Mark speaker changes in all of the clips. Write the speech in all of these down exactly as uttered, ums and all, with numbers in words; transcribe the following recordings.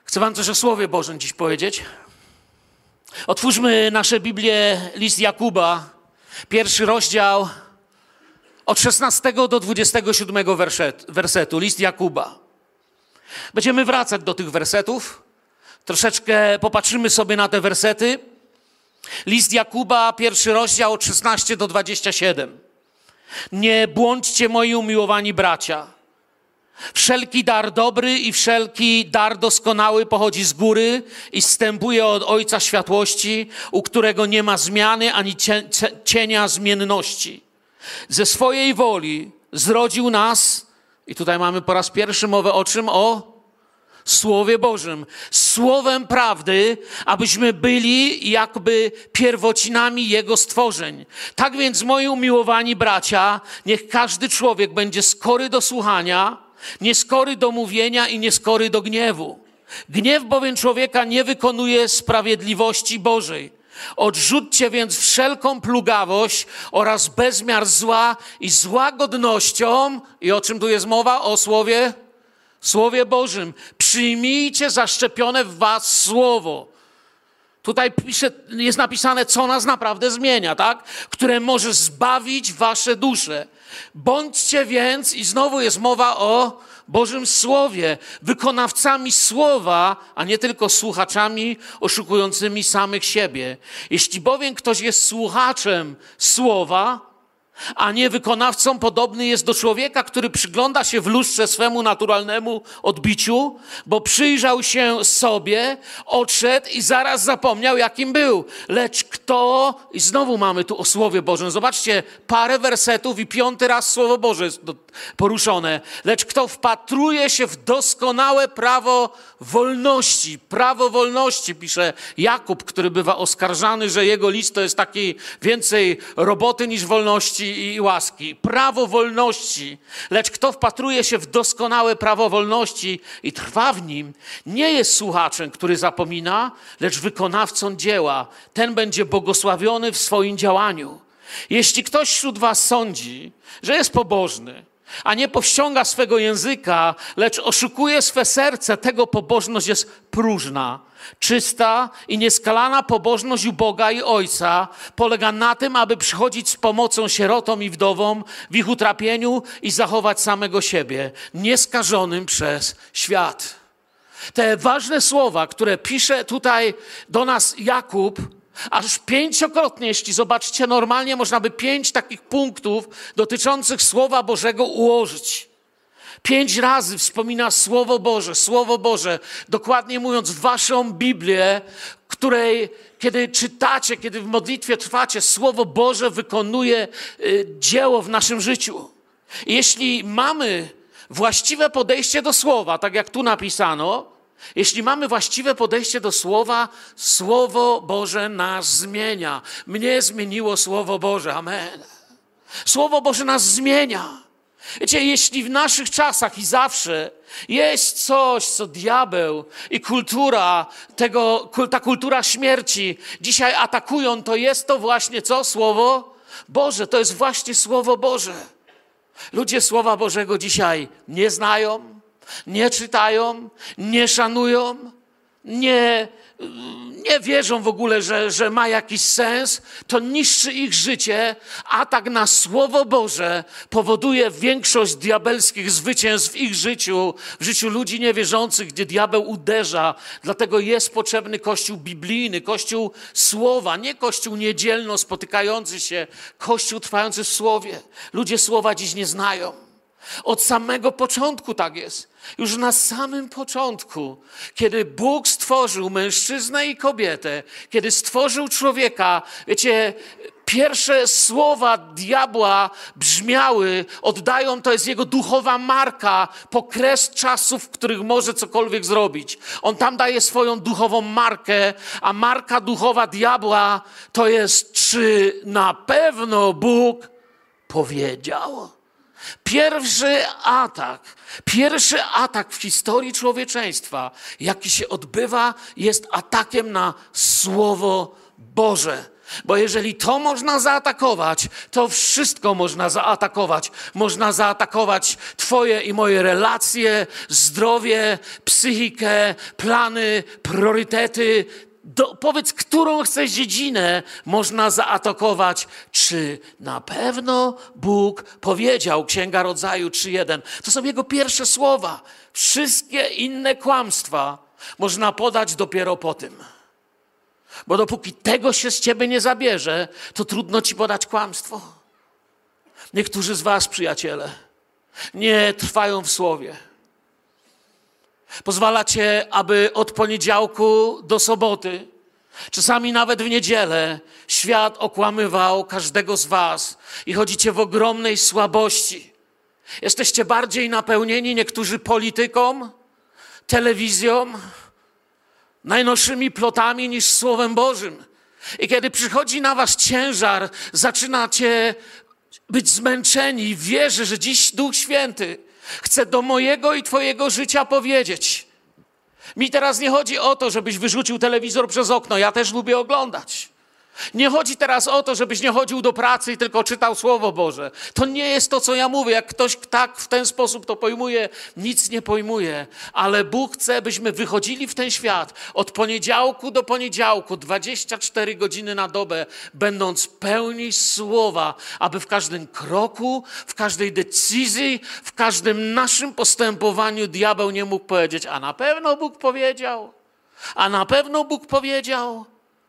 Speaker 1: Chcę wam coś o Słowie Bożym dziś powiedzieć. Otwórzmy nasze Biblię, list Jakuba, pierwszy rozdział, od szesnastego do dwudziestego siódmego wersetu, list Jakuba. Będziemy wracać do tych wersetów. Troszeczkę popatrzymy sobie na te wersety. List Jakuba, pierwszy rozdział, od szesnastego do dwudziestego siódmego. Nie błądźcie, moi umiłowani bracia. Wszelki dar dobry i wszelki dar doskonały pochodzi z góry i zstępuje od Ojca Światłości, u którego nie ma zmiany ani cienia zmienności. Ze swojej woli zrodził nas, i tutaj mamy po raz pierwszy mowę o czym? O Słowie Bożym. Słowem prawdy, abyśmy byli jakby pierwocinami Jego stworzeń. Tak więc, moi umiłowani bracia, niech każdy człowiek będzie skory do słuchania, nieskory do mówienia i nieskory do gniewu. Gniew bowiem człowieka nie wykonuje sprawiedliwości Bożej. Odrzućcie więc wszelką plugawość oraz bezmiar zła i z łagodnością, i o czym tu jest mowa? O Słowie? Słowie Bożym. Przyjmijcie zaszczepione w was Słowo. Tutaj pisze, jest napisane, co nas naprawdę zmienia, tak? Które może zbawić wasze dusze. Bądźcie więc, i znowu jest mowa o Bożym Słowie, wykonawcami Słowa, a nie tylko słuchaczami oszukującymi samych siebie. Jeśli bowiem ktoś jest słuchaczem Słowa, a nie wykonawcą, podobny jest do człowieka, który przygląda się w lustrze swemu naturalnemu odbiciu, bo przyjrzał się sobie, odszedł i zaraz zapomniał, jakim był. Lecz kto, i znowu mamy tu o Słowie Bożym, zobaczcie, parę wersetów i piąty raz Słowo Boże jest poruszone. Lecz kto wpatruje się w doskonałe prawo wolności, prawo wolności, pisze Jakub, który bywa oskarżany, że jego list to jest taki więcej roboty niż wolności i łaski. Prawo wolności. Lecz kto wpatruje się w doskonałe prawo wolności i trwa w nim, nie jest słuchaczem, który zapomina, lecz wykonawcą dzieła. Ten będzie błogosławiony w swoim działaniu. Jeśli ktoś wśród was sądzi, że jest pobożny, a nie powściąga swego języka, lecz oszukuje swe serce, tego pobożność jest próżna. Czysta i nieskalana pobożność u Boga i Ojca polega na tym, aby przychodzić z pomocą sierotom i wdowom w ich utrapieniu i zachować samego siebie, nieskażonym przez świat. Te ważne słowa, które pisze tutaj do nas Jakub, aż pięciokrotnie, jeśli zobaczycie, normalnie można by pięć takich punktów dotyczących Słowa Bożego ułożyć. Pięć razy wspomina Słowo Boże, Słowo Boże, dokładnie mówiąc waszą Biblię, której kiedy czytacie, kiedy w modlitwie trwacie, Słowo Boże wykonuje y, dzieło w naszym życiu. I jeśli mamy właściwe podejście do Słowa, tak jak tu napisano, jeśli mamy właściwe podejście do Słowa, Słowo Boże nas zmienia. Mnie zmieniło Słowo Boże. Amen. Słowo Boże nas zmienia. Wiecie, jeśli w naszych czasach i zawsze jest coś, co diabeł i kultura tego, ta kultura śmierci dzisiaj atakują, to jest to właśnie co? Słowo Boże. To jest właśnie Słowo Boże. Ludzie Słowa Bożego dzisiaj nie znają, nie czytają, nie szanują, nie, nie wierzą w ogóle, że, że ma jakiś sens. To niszczy ich życie. Atak na Słowo Boże powoduje większość diabelskich zwycięstw w ich życiu, w życiu ludzi niewierzących, gdzie diabeł uderza. Dlatego jest potrzebny Kościół biblijny, Kościół Słowa, nie Kościół niedzielno spotykający się, Kościół trwający w Słowie. Ludzie Słowa dziś nie znają. Od samego początku tak jest. Już na samym początku, kiedy Bóg stworzył mężczyznę i kobietę, kiedy stworzył człowieka, wiecie, pierwsze słowa diabła brzmiały, oddają, to jest jego duchowa marka, po kres czasów, w których może cokolwiek zrobić. On tam daje swoją duchową markę, a marka duchowa diabła to jest, czy na pewno Bóg powiedział. Pierwszy atak, pierwszy atak w historii człowieczeństwa, jaki się odbywa, jest atakiem na Słowo Boże. Bo jeżeli to można zaatakować, to wszystko można zaatakować. Można zaatakować twoje i moje relacje, zdrowie, psychikę, plany, priorytety. Do, powiedz, którą chcesz dziedzinę można zaatakować. Czy na pewno Bóg powiedział, Księga Rodzaju trzy jeden. To są jego pierwsze słowa. Wszystkie inne kłamstwa można podać dopiero po tym. Bo dopóki tego się z ciebie nie zabierze, to trudno ci podać kłamstwo. Niektórzy z was, przyjaciele, nie trwają w słowie. Pozwalacie, aby od poniedziałku do soboty, czasami nawet w niedzielę, świat okłamywał każdego z was i chodzicie w ogromnej słabości. Jesteście bardziej napełnieni, niektórzy polityką, telewizją, najnowszymi plotami niż Słowem Bożym. I kiedy przychodzi na was ciężar, zaczynacie być zmęczeni. Wierzę, że dziś Duch Święty chce do mojego i twojego życia powiedzieć. Mi teraz nie chodzi o to, żebyś wyrzucił telewizor przez okno. Ja też lubię oglądać. Nie chodzi teraz o to, żebyś nie chodził do pracy i tylko czytał Słowo Boże. To nie jest to, co ja mówię. Jak ktoś tak w ten sposób to pojmuje, nic nie pojmuje. Ale Bóg chce, byśmy wychodzili w ten świat od poniedziałku do poniedziałku, dwadzieścia cztery godziny na dobę, będąc pełni Słowa, aby w każdym kroku, w każdej decyzji, w każdym naszym postępowaniu diabeł nie mógł powiedzieć, a na pewno Bóg powiedział, a na pewno Bóg powiedział.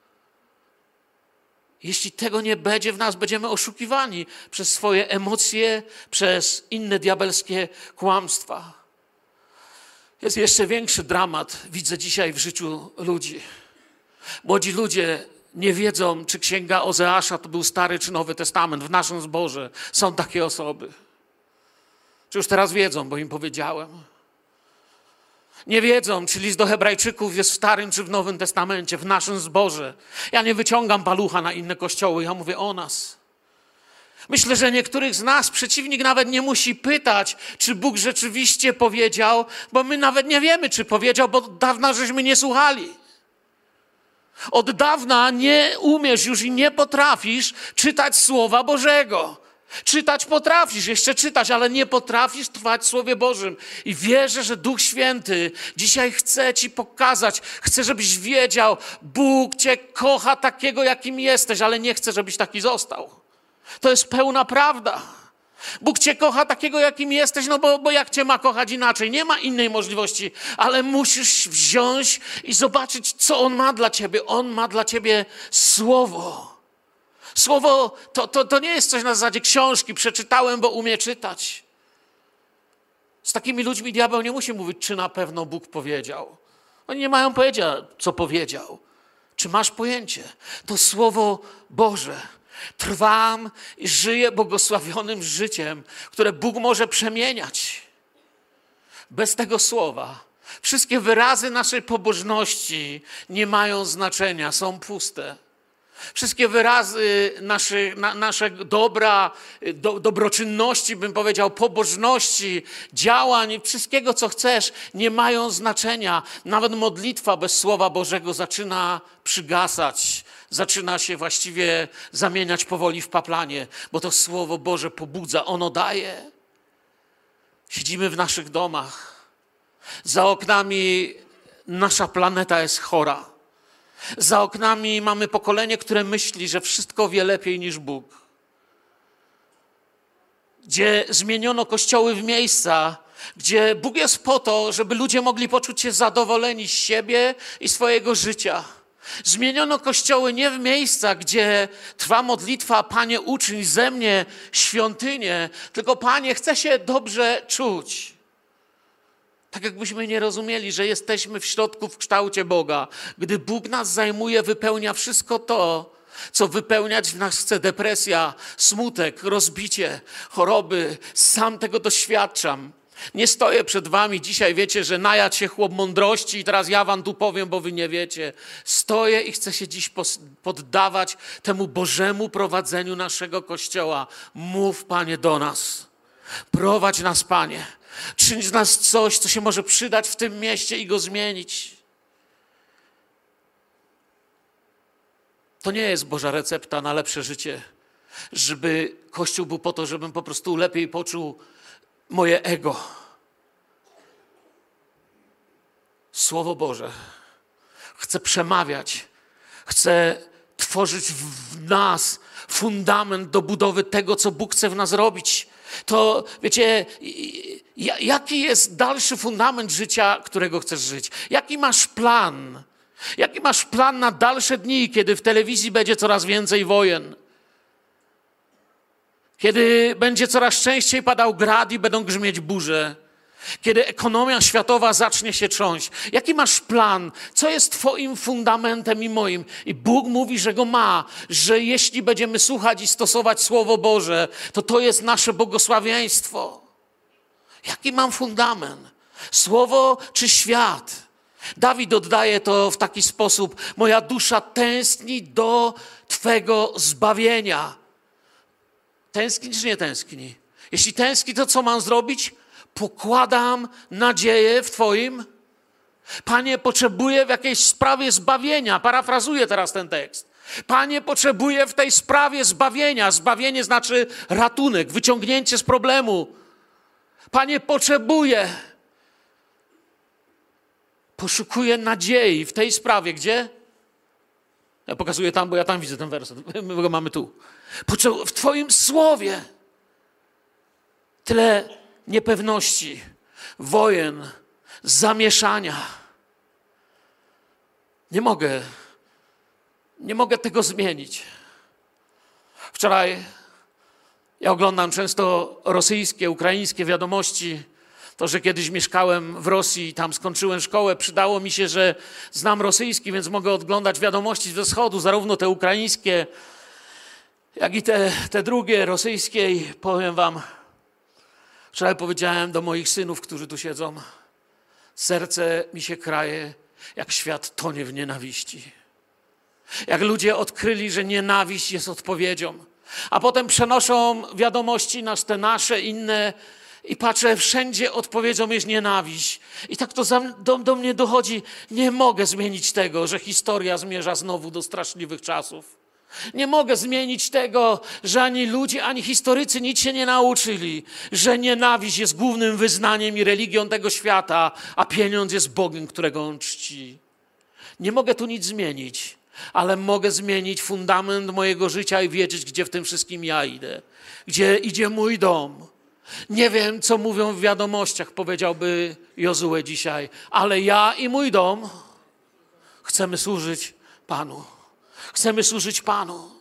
Speaker 1: Jeśli tego nie będzie w nas, będziemy oszukiwani przez swoje emocje, przez inne diabelskie kłamstwa. Jest jeszcze większy dramat, widzę dzisiaj w życiu ludzi. Młodzi ludzie nie wiedzą, czy księga Ozeasza to był Stary czy Nowy Testament. W naszym zborze są takie osoby. Czy już teraz wiedzą, bo im powiedziałem. Nie wiedzą, czy list do Hebrajczyków jest w Starym czy w Nowym Testamencie, w naszym zborze. Ja nie wyciągam palucha na inne kościoły, ja mówię o nas. Myślę, że niektórych z nas przeciwnik nawet nie musi pytać, czy Bóg rzeczywiście powiedział, bo my nawet nie wiemy, czy powiedział, bo od dawna żeśmy nie słuchali. Od dawna nie umiesz już i nie potrafisz czytać Słowa Bożego. Czytać potrafisz, jeszcze czytać, ale nie potrafisz trwać w Słowie Bożym. I wierzę, że Duch Święty dzisiaj chce ci pokazać, chce, żebyś wiedział, Bóg cię kocha takiego, jakim jesteś, ale nie chce, żebyś taki został. To jest pełna prawda. Bóg cię kocha takiego, jakim jesteś, no bo, bo jak cię ma kochać inaczej? Nie ma innej możliwości, ale musisz wziąć i zobaczyć, co On ma dla ciebie. On ma dla ciebie Słowo. Słowo to, to, to nie jest coś na zasadzie książki, przeczytałem, bo umiem czytać. Z takimi ludźmi diabeł nie musi mówić, czy na pewno Bóg powiedział. Oni nie mają pojęcia, co powiedział. Czy masz pojęcie? To Słowo Boże. Trwam i żyję błogosławionym życiem, które Bóg może przemieniać. Bez tego Słowa wszystkie wyrazy naszej pobożności nie mają znaczenia, są puste. Wszystkie wyrazy nasze, na, nasze dobra, do, dobroczynności, bym powiedział, pobożności, działań, wszystkiego, co chcesz, nie mają znaczenia. Nawet modlitwa bez Słowa Bożego zaczyna przygasać, zaczyna się właściwie zamieniać powoli w paplanie, bo to Słowo Boże pobudza, ono daje. Siedzimy w naszych domach. Za oknami nasza planeta jest chora. Za oknami mamy pokolenie, które myśli, że wszystko wie lepiej niż Bóg. Gdzie zmieniono kościoły w miejsca, gdzie Bóg jest po to, żeby ludzie mogli poczuć się zadowoleni z siebie i swojego życia. Zmieniono kościoły nie w miejsca, gdzie trwa modlitwa, Panie, uczyń ze mnie świątynię, tylko Panie, chcę się dobrze czuć. Tak jakbyśmy nie rozumieli, że jesteśmy w środku w kształcie Boga. Gdy Bóg nas zajmuje, wypełnia wszystko to, co wypełniać w nas chce. Depresja, smutek, rozbicie, choroby. Sam tego doświadczam. Nie stoję przed wami dzisiaj, wiecie, że najadł się chłop mądrości i teraz ja wam tu powiem, bo wy nie wiecie. Stoję i chcę się dziś poddawać temu Bożemu prowadzeniu naszego Kościoła. Mów, Panie, do nas. Prowadź nas, Panie. Czyń z nas coś, co się może przydać w tym mieście i go zmienić. To nie jest Boża recepta na lepsze życie, żeby Kościół był po to, żebym po prostu lepiej poczuł moje ego. Słowo Boże chce przemawiać, chce tworzyć w nas fundament do budowy tego, co Bóg chce w nas robić. To, wiecie, jaki jest dalszy fundament życia, którego chcesz żyć? Jaki masz plan? Jaki masz plan na dalsze dni, kiedy w telewizji będzie coraz więcej wojen? Kiedy będzie coraz częściej padał grad i będą grzmieć burze? Kiedy ekonomia światowa zacznie się trząść? Jaki masz plan? Co jest twoim fundamentem i moim? I Bóg mówi, że go ma, że jeśli będziemy słuchać i stosować Słowo Boże, to to jest nasze błogosławieństwo. Jaki mam fundament? Słowo czy świat? Dawid oddaje to w taki sposób. Moja dusza tęskni do Twego zbawienia. Tęskni czy nie tęskni? Jeśli tęskni, to co mam zrobić? Pokładam nadzieję w Twoim. Panie, potrzebuję w jakiejś sprawie zbawienia. Parafrazuję teraz ten tekst. Panie, potrzebuję w tej sprawie zbawienia. Zbawienie znaczy ratunek, wyciągnięcie z problemu. Panie, potrzebuję. Poszukuję nadziei w tej sprawie. Gdzie? Ja pokazuję tam, bo ja tam widzę ten werset. My go mamy tu. W Twoim słowie. Tyle niepewności, wojen, zamieszania. Nie mogę, nie mogę tego zmienić. Wczoraj ja oglądam często rosyjskie, ukraińskie wiadomości. To, że kiedyś mieszkałem w Rosji i tam skończyłem szkołę, przydało mi się, że znam rosyjski, więc mogę oglądać wiadomości ze wschodu, zarówno te ukraińskie, jak i te, te drugie, rosyjskie. I powiem wam, wczoraj powiedziałem do moich synów, którzy tu siedzą, serce mi się kraje, jak świat tonie w nienawiści. Jak ludzie odkryli, że nienawiść jest odpowiedzią, a potem przenoszą wiadomości na te nasze, inne i patrzę, wszędzie odpowiedzią jest nienawiść. I tak to do, do mnie dochodzi, nie mogę zmienić tego, że historia zmierza znowu do straszliwych czasów. Nie mogę zmienić tego, że ani ludzie, ani historycy nic się nie nauczyli, że nienawiść jest głównym wyznaniem i religią tego świata, a pieniądz jest Bogiem, którego on czci. Nie mogę tu nic zmienić, ale mogę zmienić fundament mojego życia i wiedzieć, gdzie w tym wszystkim ja idę, gdzie idzie mój dom. Nie wiem, co mówią w wiadomościach, powiedziałby Jozue dzisiaj, ale ja i mój dom chcemy służyć Panu. Chcemy służyć Panu.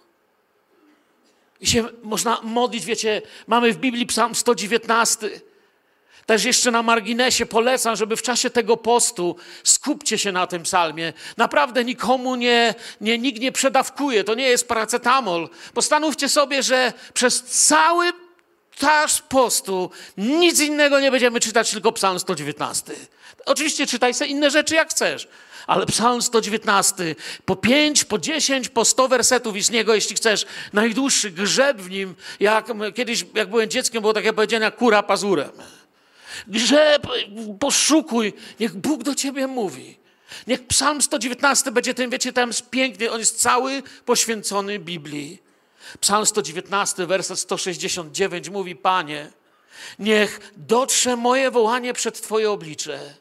Speaker 1: I się można modlić, wiecie, mamy w Biblii Psalm sto dziewiętnasty. Też jeszcze na marginesie polecam, żeby w czasie tego postu skupcie się na tym psalmie. Naprawdę nikomu nie, nie, nikt nie przedawkuje, to nie jest paracetamol. Postanówcie sobie, że przez cały czas postu nic innego nie będziemy czytać, tylko Psalm sto dziewiętnasty. Oczywiście czytaj sobie inne rzeczy jak chcesz, ale Psalm sto dziewiętnasty, po pięć, po dziesięć, po sto wersetów i z niego, jeśli chcesz, najdłuższy grzeb w nim, jak kiedyś, jak byłem dzieckiem, było takie powiedzenie jak kura pazurem. Grzeb, poszukuj, niech Bóg do ciebie mówi. Niech Psalm sto dziewiętnasty będzie tym, wiecie, tam jest piękny, on jest cały poświęcony Biblii. Psalm sto dziewiętnasty, werset sto sześćdziesiąt dziewięć mówi, Panie, niech dotrze moje wołanie przed Twoje oblicze.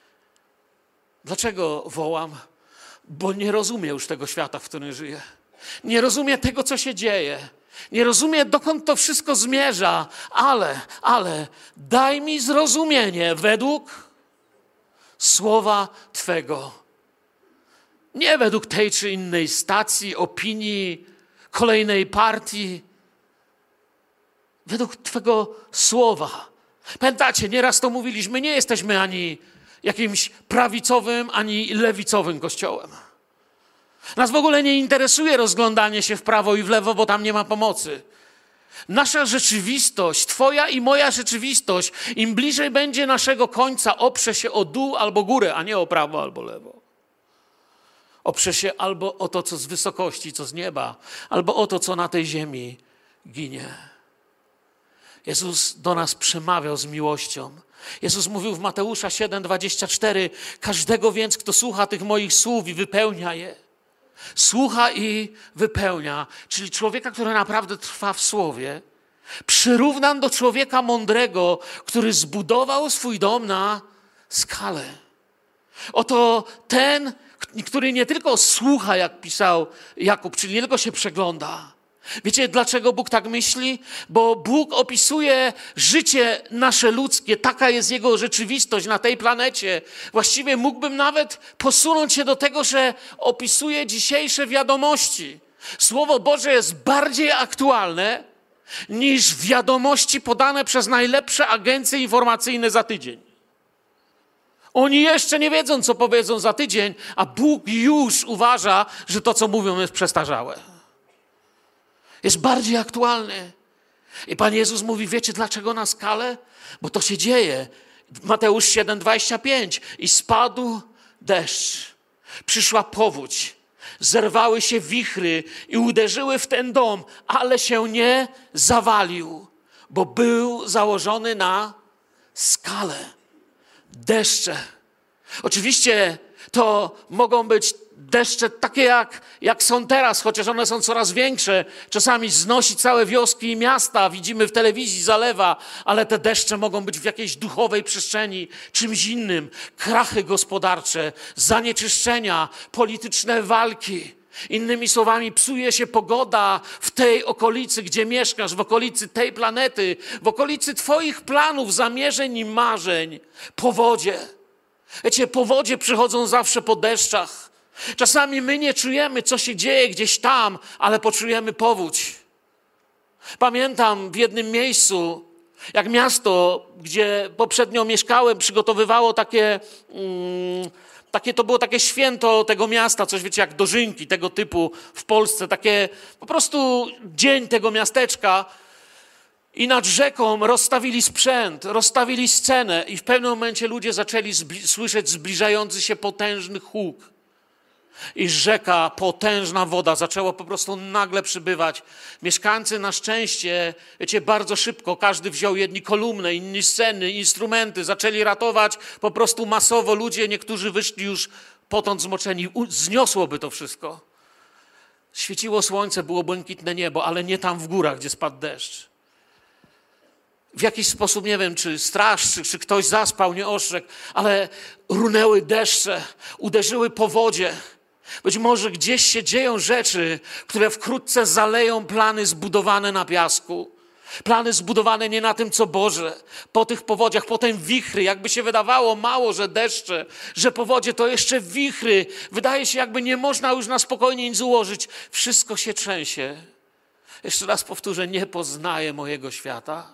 Speaker 1: Dlaczego wołam? Bo nie rozumiem już tego świata, w którym żyję. Nie rozumiem tego, co się dzieje. Nie rozumiem, dokąd to wszystko zmierza, ale, ale daj mi zrozumienie według słowa Twego. Nie według tej czy innej stacji, opinii, kolejnej partii. Według Twego słowa. Pamiętacie, nieraz to mówiliśmy, nie jesteśmy ani jakimś prawicowym, ani lewicowym kościołem. Nas w ogóle nie interesuje rozglądanie się w prawo i w lewo, bo tam nie ma pomocy. Nasza rzeczywistość, Twoja i moja rzeczywistość, im bliżej będzie naszego końca, oprze się o dół albo górę, a nie o prawo albo lewo. Oprze się albo o to, co z wysokości, co z nieba, albo o to, co na tej ziemi ginie. Jezus do nas przemawiał z miłością. Jezus mówił w Mateusza siedem, dwadzieścia cztery, każdego więc, kto słucha tych moich słów i wypełnia je, słucha i wypełnia, czyli człowieka, który naprawdę trwa w słowie, przyrównam do człowieka mądrego, który zbudował swój dom na skale. Oto ten, który nie tylko słucha, jak pisał Jakub, czyli nie tylko się przegląda. Wiecie, dlaczego Bóg tak myśli? Bo Bóg opisuje życie nasze ludzkie. Taka jest Jego rzeczywistość na tej planecie. Właściwie mógłbym nawet posunąć się do tego, że opisuje dzisiejsze wiadomości. Słowo Boże jest bardziej aktualne niż wiadomości podane przez najlepsze agencje informacyjne za tydzień. Oni jeszcze nie wiedzą, co powiedzą za tydzień, a Bóg już uważa, że to, co mówią, jest przestarzałe. Jest bardziej aktualny. I Pan Jezus mówi, wiecie dlaczego na skalę? Bo to się dzieje. Mateusz siedem, dwadzieścia pięć. I spadł deszcz. Przyszła powódź. Zerwały się wichry i uderzyły w ten dom, ale się nie zawalił, bo był założony na skalę. Deszcze. Oczywiście to mogą być deszcze takie jak, jak są teraz, chociaż one są coraz większe. Czasami znosi całe wioski i miasta, widzimy w telewizji, zalewa, ale te deszcze mogą być w jakiejś duchowej przestrzeni, czymś innym. Krachy gospodarcze, zanieczyszczenia, polityczne walki. Innymi słowami, psuje się pogoda w tej okolicy, gdzie mieszkasz, w okolicy tej planety, w okolicy twoich planów, zamierzeń i marzeń. Powodzie. Wiecie, powodzie przychodzą zawsze po deszczach. Czasami my nie czujemy, co się dzieje gdzieś tam, ale poczujemy powódź. Pamiętam w jednym miejscu, jak miasto, gdzie poprzednio mieszkałem, przygotowywało takie, mm, takie, to było takie święto tego miasta, coś wiecie, jak dożynki tego typu w Polsce, takie po prostu dzień tego miasteczka. I nad rzeką rozstawili sprzęt, rozstawili scenę i w pewnym momencie ludzie zaczęli zbli- słyszeć zbliżający się potężny huk. I rzeka, potężna woda zaczęła po prostu nagle przybywać. Mieszkańcy na szczęście, wiecie, bardzo szybko, każdy wziął jedni kolumnę, inni sceny, instrumenty, zaczęli ratować po prostu masowo ludzie, niektórzy wyszli już potąd zmoczeni. U- zniosłoby to wszystko. Świeciło słońce, było błękitne niebo, ale nie tam w górach, gdzie spadł deszcz. W jakiś sposób, nie wiem, czy straż, czy, czy ktoś zaspał, nie ostrzegł, ale runęły deszcze, uderzyły powodzie. Być może gdzieś się dzieją rzeczy, które wkrótce zaleją plany zbudowane na piasku. Plany zbudowane nie na tym, co Boże. Po tych powodziach, potem wichry. Jakby się wydawało mało, że deszcze, że powodzie to jeszcze wichry. Wydaje się, jakby nie można już na spokojnie nic ułożyć. Wszystko się trzęsie. Jeszcze raz powtórzę, nie poznaję mojego świata.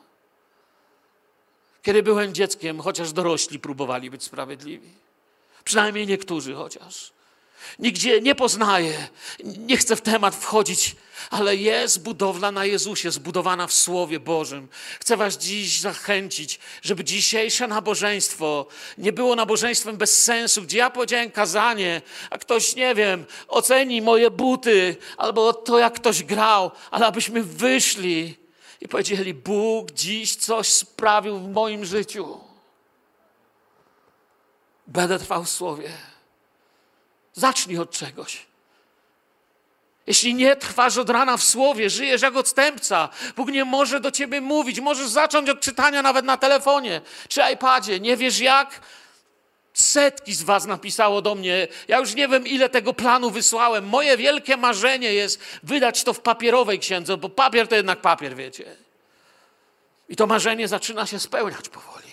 Speaker 1: Kiedy byłem dzieckiem, chociaż dorośli próbowali być sprawiedliwi. Przynajmniej niektórzy chociaż. Nigdzie nie poznaję, nie chcę w temat wchodzić, ale jest budowla na Jezusie, zbudowana w Słowie Bożym. Chcę was dziś zachęcić, żeby dzisiejsze nabożeństwo nie było nabożeństwem bez sensu, gdzie ja powiedziałem kazanie, a ktoś, nie wiem, oceni moje buty albo to, jak ktoś grał, ale abyśmy wyszli i powiedzieli, Bóg dziś coś sprawił w moim życiu. Będę trwał w Słowie. Zacznij od czegoś. Jeśli nie trwasz od rana w Słowie, żyjesz jak odstępca, Bóg nie może do ciebie mówić. Możesz zacząć od czytania nawet na telefonie czy iPadzie. Nie wiesz jak? Setki z was napisało do mnie. Ja już nie wiem, ile tego planu wysłałem. Moje wielkie marzenie jest wydać to w papierowej księdze, bo papier to jednak papier, wiecie. I to marzenie zaczyna się spełniać powoli.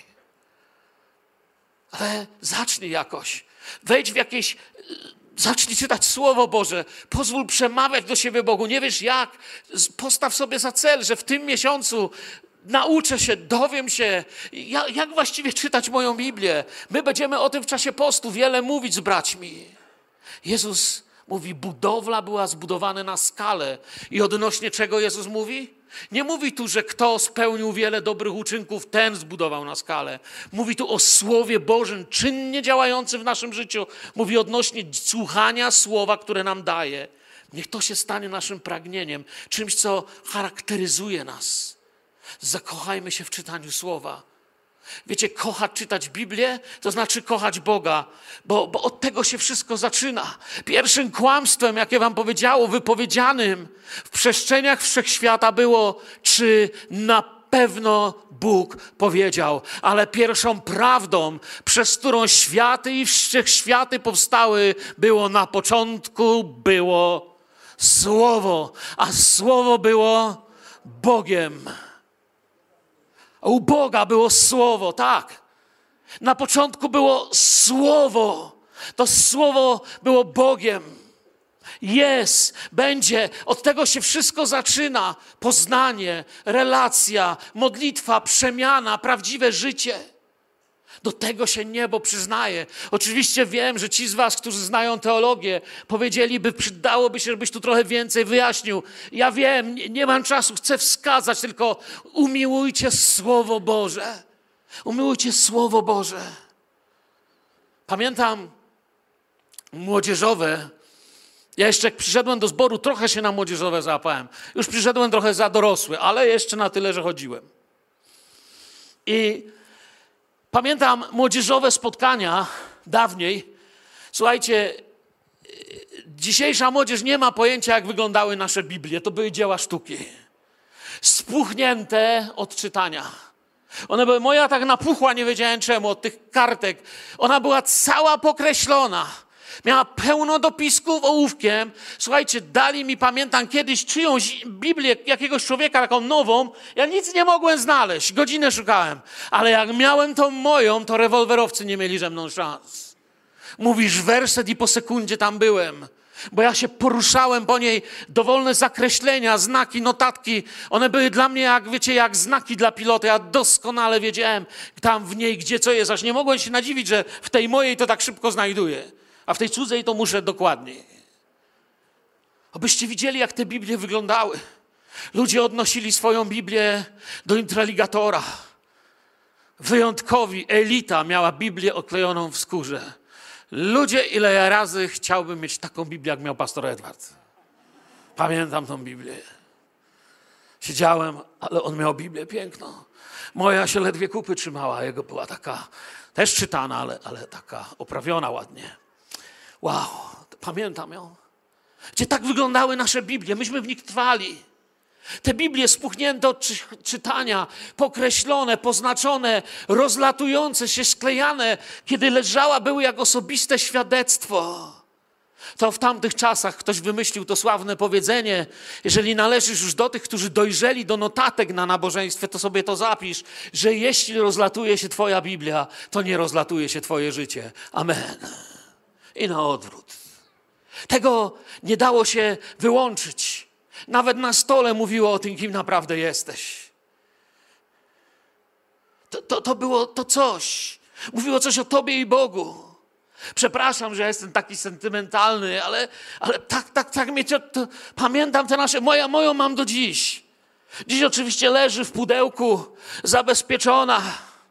Speaker 1: Ale zacznij jakoś. Wejdź w jakieś... Zacznij czytać Słowo Boże. Pozwól przemawiać do siebie Bogu. Nie wiesz jak. Postaw sobie za cel, że w tym miesiącu nauczę się, dowiem się, jak, jak właściwie czytać moją Biblię. My będziemy o tym w czasie postu wiele mówić z braćmi. Jezus mówi, budowla była zbudowana na skalę. I odnośnie czego Jezus mówi? Nie mówi tu, że kto spełnił wiele dobrych uczynków, ten zbudował na skalę. Mówi tu o Słowie Bożym, czynnie działającym w naszym życiu. Mówi odnośnie słuchania Słowa, które nam daje. Niech to się stanie naszym pragnieniem, czymś, co charakteryzuje nas. Zakochajmy się w czytaniu Słowa. Wiecie, kochać, czytać Biblię, to znaczy kochać Boga, bo, bo od tego się wszystko zaczyna. Pierwszym kłamstwem, jakie wam powiedziało, wypowiedzianym w przestrzeniach wszechświata było, czy na pewno Bóg powiedział. Ale pierwszą prawdą, przez którą światy i wszechświaty powstały, było na początku było Słowo, a Słowo było Bogiem. U Boga było Słowo, tak. Na początku było Słowo. To Słowo było Bogiem. Jest, będzie. Od tego się wszystko zaczyna. Poznanie, relacja, modlitwa, przemiana, prawdziwe życie. Do tego się niebo przyznaje. Oczywiście wiem, że ci z was, którzy znają teologię, powiedzieliby, przydałoby się, żebyś tu trochę więcej wyjaśnił. Ja wiem, nie, nie mam czasu, chcę wskazać, tylko umiłujcie Słowo Boże. Umiłujcie Słowo Boże. Pamiętam młodzieżowe. Ja jeszcze jak przyszedłem do zboru, trochę się na młodzieżowe załapałem. Już przyszedłem trochę za dorosły, ale jeszcze na tyle, że chodziłem. I pamiętam młodzieżowe spotkania dawniej. Słuchajcie, dzisiejsza młodzież nie ma pojęcia, jak wyglądały nasze Biblie. To były dzieła sztuki. Spuchnięte od czytania. One były, moja tak napuchła, nie wiedziałem czemu, od tych kartek. Ona była cała pokreślona. Miała pełno dopisków ołówkiem. Słuchajcie, dali mi, pamiętam kiedyś czyjąś Biblię jakiegoś człowieka, taką nową. Ja nic nie mogłem znaleźć. Godzinę szukałem. Ale jak miałem tą moją, to rewolwerowcy nie mieli ze mną szans. Mówisz werset i po sekundzie tam byłem. Bo ja się poruszałem po niej, dowolne zakreślenia, znaki, notatki. One były dla mnie, jak wiecie, jak znaki dla pilota. Ja doskonale wiedziałem tam w niej, gdzie co jest. Aż nie mogłem się nadziwić, że w tej mojej to tak szybko znajduję. A w tej cudzej to muszę dokładniej. Abyście widzieli, jak te Biblie wyglądały. Ludzie odnosili swoją Biblię do intraligatora. Wyjątkowi elita miała Biblię oklejoną w skórze. Ludzie, ile ja razy chciałbym mieć taką Biblię, jak miał pastor Edward. Pamiętam tą Biblię. Siedziałem, ale on miał Biblię piękną. Moja się ledwie kupy trzymała, a jego była taka, też czytana, ale, ale taka oprawiona ładnie. Wow, pamiętam ją. Gdzie tak wyglądały nasze Biblie, myśmy w nich trwali. Te Biblie spuchnięte od czy- czytania, pokreślone, poznaczone, rozlatujące się, sklejane, kiedy leżała, były jak osobiste świadectwo. To w tamtych czasach ktoś wymyślił to sławne powiedzenie: jeżeli należysz już do tych, którzy dojrzeli do notatek na nabożeństwie, to sobie to zapisz, że jeśli rozlatuje się twoja Biblia, to nie rozlatuje się twoje życie. Amen. I na odwrót. Tego nie dało się wyłączyć. Nawet na stole mówiło o tym, kim naprawdę jesteś. To, to, to było to coś. Mówiło coś o tobie i Bogu. Przepraszam, że jestem taki sentymentalny, ale, ale tak, tak, tak mnie to, to, pamiętam te nasze, moja, moją mam do dziś. Dziś oczywiście leży w pudełku, zabezpieczona.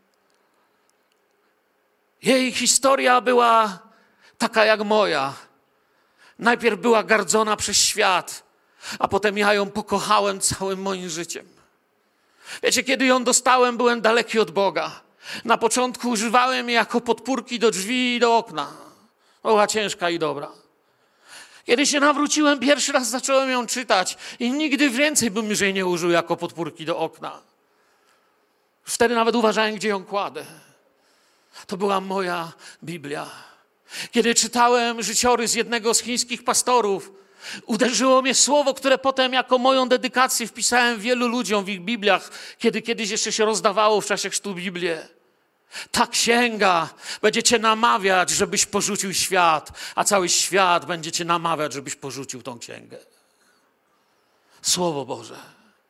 Speaker 1: Jej historia była taka jak moja. Najpierw była gardzona przez świat, a potem ja ją pokochałem całym moim życiem. Wiecie, kiedy ją dostałem, byłem daleki od Boga. Na początku używałem jej jako podpórki do drzwi i do okna. Była ciężka i dobra. Kiedy się nawróciłem, pierwszy raz zacząłem ją czytać i nigdy więcej bym już jej nie użył jako podpórki do okna. Wtedy nawet uważałem, gdzie ją kładę. To była moja Biblia. Kiedy czytałem życiorys jednego z chińskich pastorów, uderzyło mnie słowo, które potem jako moją dedykację wpisałem wielu ludziom w ich Bibliach, kiedy kiedyś jeszcze się rozdawało w czasie chrztu Biblię. Ta księga będzie cię namawiać, żebyś porzucił świat, a cały świat będzie cię namawiać, żebyś porzucił tą księgę. Słowo Boże.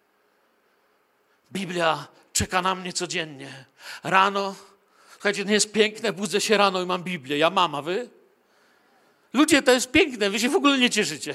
Speaker 1: Biblia czeka na mnie codziennie. Rano, słuchajcie, to nie jest piękne, budzę się rano i mam Biblię. Ja mam, a wy? Ludzie, to jest piękne, wy się w ogóle nie cieszycie.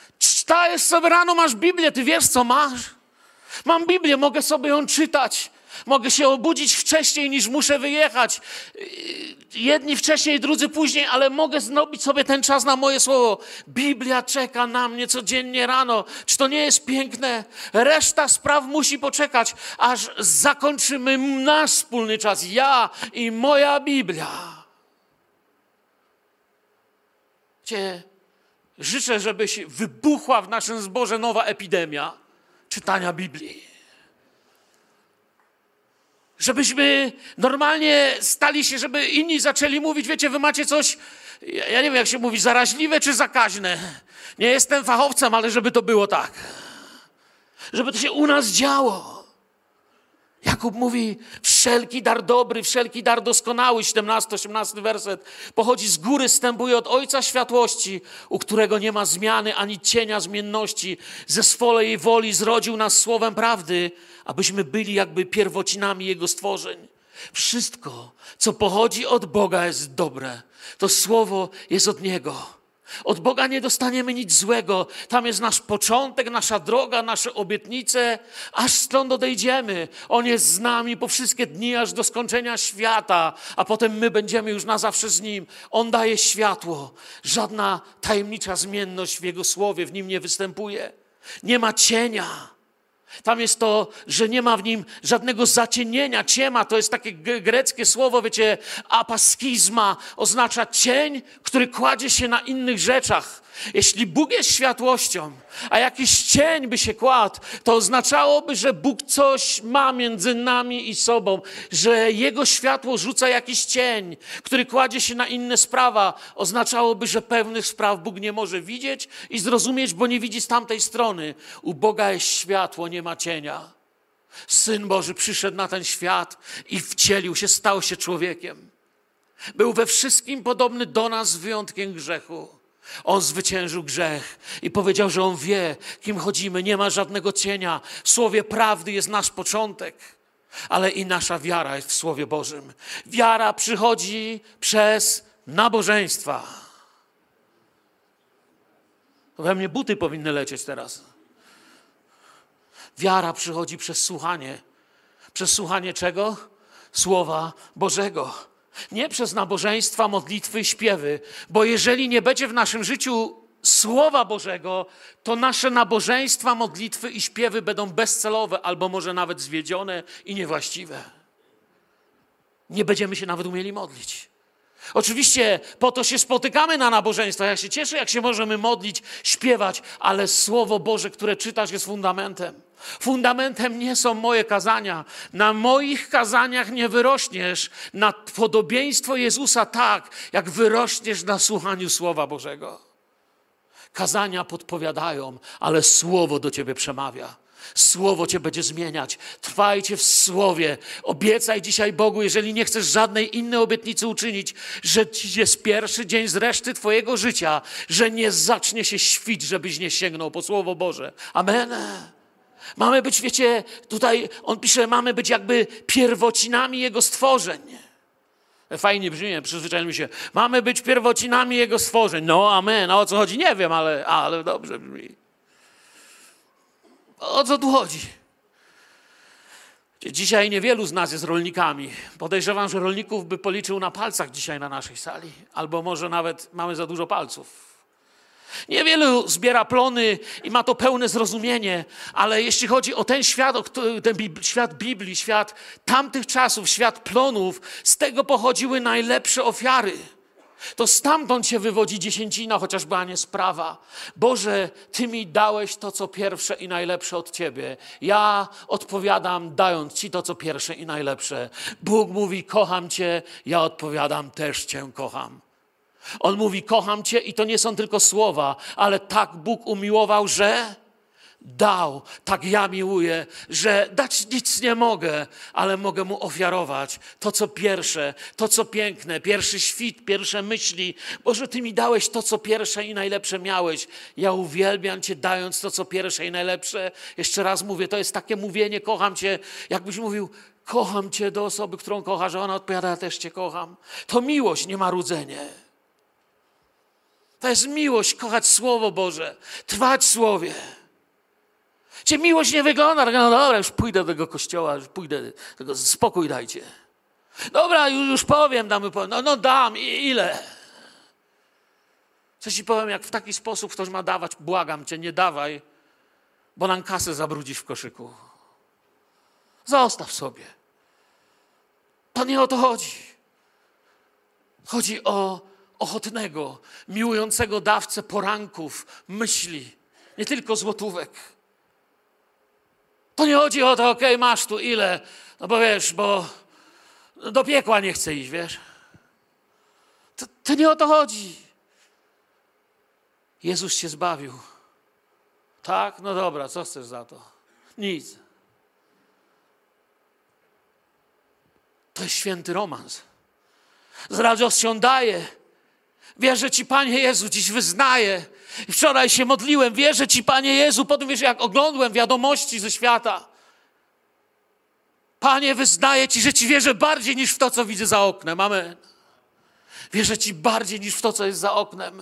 Speaker 1: Czytajesz sobie rano, masz Biblię, ty wiesz, co masz? Mam Biblię, mogę sobie ją czytać. Mogę się obudzić wcześniej, niż muszę wyjechać. Jedni wcześniej, drudzy później, ale mogę zrobić sobie ten czas na moje słowo. Biblia czeka na mnie codziennie rano. Czy to nie jest piękne? Reszta spraw musi poczekać, aż zakończymy nasz wspólny czas. Ja i moja Biblia. Cię życzę, żebyś wybuchła w naszym zborze nowa epidemia czytania Biblii. Żebyśmy normalnie stali się, żeby inni zaczęli mówić, wiecie, wy macie coś, ja nie wiem jak się mówi, zaraźliwe czy zakaźne. Nie jestem fachowcem, ale żeby to było tak. Żeby to się u nas działo. Jakub mówi, wszelki dar dobry, wszelki dar doskonały, siedemnasty, osiemnasty werset, pochodzi z góry, zstępuje od Ojca Światłości, u którego nie ma zmiany ani cienia zmienności. Ze swojej woli zrodził nas słowem prawdy, abyśmy byli jakby pierwocinami Jego stworzeń. Wszystko, co pochodzi od Boga, jest dobre. To słowo jest od Niego. Od Boga nie dostaniemy nic złego. Tam jest nasz początek, nasza droga, nasze obietnice, aż stąd odejdziemy. On jest z nami po wszystkie dni, aż do skończenia świata, a potem my będziemy już na zawsze z Nim. On daje światło. Żadna tajemnicza zmienność w Jego słowie w Nim nie występuje. Nie ma cienia. Tam jest to, że nie ma w nim żadnego zacienienia. Ciema to jest takie greckie słowo, wiecie, apaskizma, oznacza cień, który kładzie się na innych rzeczach. Jeśli Bóg jest światłością, a jakiś cień by się kładł, to oznaczałoby, że Bóg coś ma między nami i sobą, że Jego światło rzuca jakiś cień, który kładzie się na inne sprawa. Oznaczałoby, że pewnych spraw Bóg nie może widzieć i zrozumieć, bo nie widzi z tamtej strony. U Boga jest światło, nie ma cienia. Syn Boży przyszedł na ten świat i wcielił się, stał się człowiekiem. Był we wszystkim podobny do nas z wyjątkiem grzechu. On zwyciężył grzech i powiedział, że On wie, kim chodzimy. Nie ma żadnego cienia. W Słowie prawdy jest nasz początek, ale i nasza wiara jest w Słowie Bożym. Wiara przychodzi przez nabożeństwa. We mnie buty powinny lecieć teraz. Wiara przychodzi przez słuchanie. Przez słuchanie czego? Słowa Bożego. Nie przez nabożeństwa, modlitwy i śpiewy, bo jeżeli nie będzie w naszym życiu Słowa Bożego, to nasze nabożeństwa, modlitwy i śpiewy będą bezcelowe albo może nawet zwiedzione i niewłaściwe. Nie będziemy się nawet umieli modlić. Oczywiście po to się spotykamy na nabożeństwach. Ja się cieszę, jak się możemy modlić, śpiewać, ale Słowo Boże, które czytasz, jest fundamentem. Fundamentem nie są moje kazania. Na moich kazaniach nie wyrośniesz na podobieństwo Jezusa tak, jak wyrośniesz na słuchaniu Słowa Bożego. Kazania podpowiadają, ale Słowo do ciebie przemawia. Słowo cię będzie zmieniać. Trwajcie w Słowie. Obiecaj dzisiaj Bogu, jeżeli nie chcesz żadnej innej obietnicy uczynić, że ci jest pierwszy dzień z reszty twojego życia, że nie zacznie się świt, żebyś nie sięgnął po Słowo Boże. Amen. Mamy być, wiecie, tutaj on pisze, mamy być jakby pierwocinami Jego stworzeń. Fajnie brzmi, przyzwyczajmy się. Mamy być pierwocinami Jego stworzeń. No, amen. A o co chodzi? Nie wiem, ale, ale dobrze brzmi. O co tu chodzi? Dzisiaj niewielu z nas jest rolnikami. Podejrzewam, że rolników by policzył na palcach dzisiaj na naszej sali. Albo może nawet mamy za dużo palców. Niewielu zbiera plony i ma to pełne zrozumienie, ale jeśli chodzi o ten świat, o ten świat Biblii, świat tamtych czasów, świat plonów, z tego pochodziły najlepsze ofiary. To stamtąd się wywodzi dziesięcina, chociażby, a nie sprawa. Boże, Ty mi dałeś to, co pierwsze i najlepsze od Ciebie. Ja odpowiadam, dając Ci to, co pierwsze i najlepsze. Bóg mówi, kocham Cię, ja odpowiadam, też Cię kocham. On mówi, kocham Cię i to nie są tylko słowa, ale tak Bóg umiłował, że dał. Tak ja miłuję, że dać nic nie mogę, ale mogę Mu ofiarować to, co pierwsze, to, co piękne, pierwszy świt, pierwsze myśli. Boże, Ty mi dałeś to, co pierwsze i najlepsze miałeś. Ja uwielbiam Cię, dając to, co pierwsze i najlepsze. Jeszcze raz mówię, to jest takie mówienie, kocham Cię, jakbyś mówił, kocham Cię do osoby, którą kochasz, że ona odpowiada, ja też Cię kocham. To miłość, nie marudzenie. To jest miłość, kochać Słowo Boże, trwać w Słowie. Cię miłość nie wygląda, no dobra, już pójdę do tego kościoła, już pójdę, tylko spokój dajcie. Dobra, już, już powiem, damy powiem. No, no dam, i ile? Co ci powiem, jak w taki sposób ktoś ma dawać, błagam cię, nie dawaj, bo nam kasę zabrudzisz w koszyku. Zostaw sobie. To nie o to chodzi. Chodzi o ochotnego, miłującego dawcę poranków, myśli, nie tylko złotówek. To nie chodzi o to, okej, okay, masz tu ile, no bo wiesz, bo do piekła nie chcę iść, wiesz. To, to nie o to chodzi. Jezus cię zbawił. Tak? No dobra, co chcesz za to? Nic. To jest święty romans. Z radością daję. Wierzę Ci, Panie Jezu, dziś wyznaję. Wczoraj się modliłem, wierzę Ci, Panie Jezu, potem wiesz, jak oglądłem wiadomości ze świata. Panie, wyznaję Ci, że Ci wierzę bardziej niż w to, co widzę za oknem. Amen. Wierzę Ci bardziej niż w to, co jest za oknem.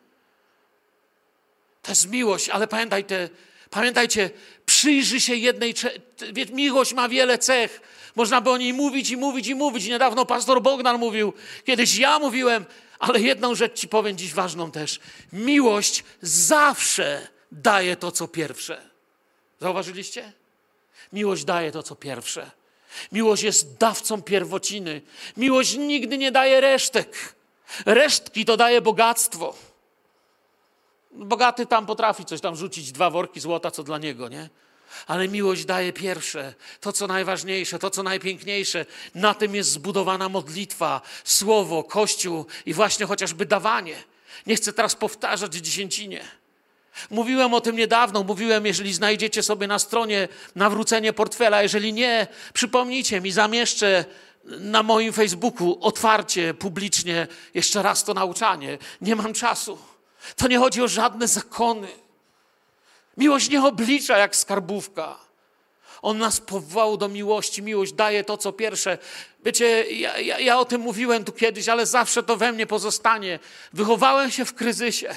Speaker 1: To jest miłość, ale pamiętajcie, pamiętajcie, przyjrzy się jednej... Miłość ma wiele cech. Można by o niej mówić i mówić i mówić. Niedawno pastor Bogdan mówił, kiedyś ja mówiłem, ale jedną rzecz Ci powiem dziś ważną też. Miłość zawsze daje to, co pierwsze. Zauważyliście? Miłość daje to, co pierwsze. Miłość jest dawcą pierwociny. Miłość nigdy nie daje resztek. Resztki to daje bogactwo. Bogaty tam potrafi coś tam rzucić, dwa worki złota, co dla niego, nie? Ale miłość daje pierwsze, to co najważniejsze, to co najpiękniejsze. Na tym jest zbudowana modlitwa, słowo, Kościół i właśnie chociażby dawanie. Nie chcę teraz powtarzać o dziesięcinie. Mówiłem o tym niedawno, mówiłem, jeżeli znajdziecie sobie na stronie nawrócenie portfela, jeżeli nie, przypomnijcie mi, zamieszczę na moim Facebooku otwarcie, publicznie jeszcze raz to nauczanie. Nie mam czasu. To nie chodzi o żadne zakony. Miłość nie oblicza jak skarbówka. On nas powołał do miłości. Miłość daje to, co pierwsze. Wiecie, ja, ja, ja o tym mówiłem tu kiedyś, ale zawsze to we mnie pozostanie. Wychowałem się w kryzysie.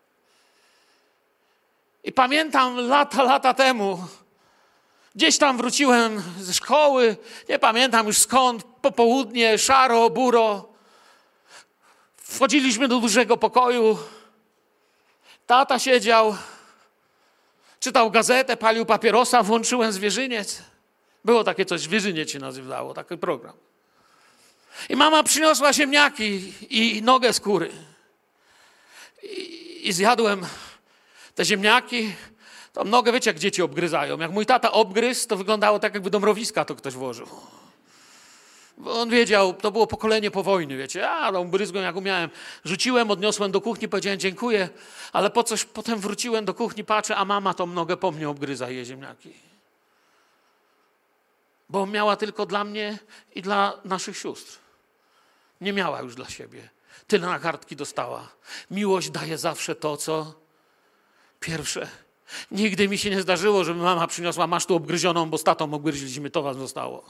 Speaker 1: I pamiętam lata, lata temu, gdzieś tam wróciłem ze szkoły, nie pamiętam już skąd, popołudnie, szaro, buro. Wchodziliśmy do dużego pokoju. Tata siedział, czytał gazetę, palił papierosa, włączyłem Zwierzyniec. Było takie coś, Zwierzyniec się nazywało, taki program. I mama przyniosła ziemniaki i nogę skóry. I, i zjadłem te ziemniaki. Tą nogę, wiecie, jak dzieci obgryzają. Jak mój tata obgryzł, to wyglądało tak, jakby do mrowiska to ktoś włożył. Bo on wiedział, to było pokolenie po wojny, wiecie. A tą bryzgą, jak umiałem, rzuciłem, odniosłem do kuchni, powiedziałem dziękuję, ale po coś potem wróciłem do kuchni, patrzę, a mama tą nogę po mnie obgryza i je ziemniaki. Bo miała tylko dla mnie i dla naszych sióstr. Nie miała już dla siebie. Tyle na kartki dostała. Miłość daje zawsze to, co pierwsze. Nigdy mi się nie zdarzyło, żeby mama przyniosła, masz tu obgryzioną, bo z tatą obgryźliśmy, to wam zostało.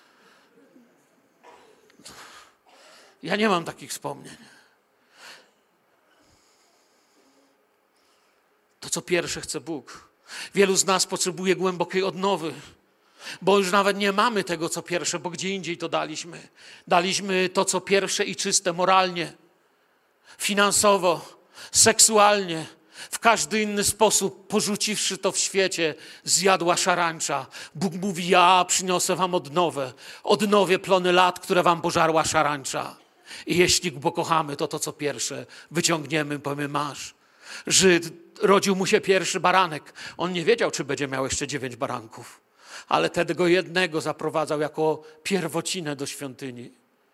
Speaker 1: Ja nie mam takich wspomnień. To, co pierwsze chce Bóg. Wielu z nas potrzebuje głębokiej odnowy, bo już nawet nie mamy tego, co pierwsze, bo gdzie indziej to daliśmy. Daliśmy to, co pierwsze i czyste moralnie, finansowo, seksualnie, w każdy inny sposób, porzuciwszy to w świecie, zjadła szarańcza. Bóg mówi, ja przyniosę wam odnowę, odnowię plony lat, które wam pożarła szarańcza. I jeśli go kochamy, to to, co pierwsze, wyciągniemy, powiemy, masz. Żyd, rodził mu się pierwszy baranek. On nie wiedział, czy będzie miał jeszcze dziewięć baranków, ale tego jednego zaprowadzał jako pierwocinę do świątyni.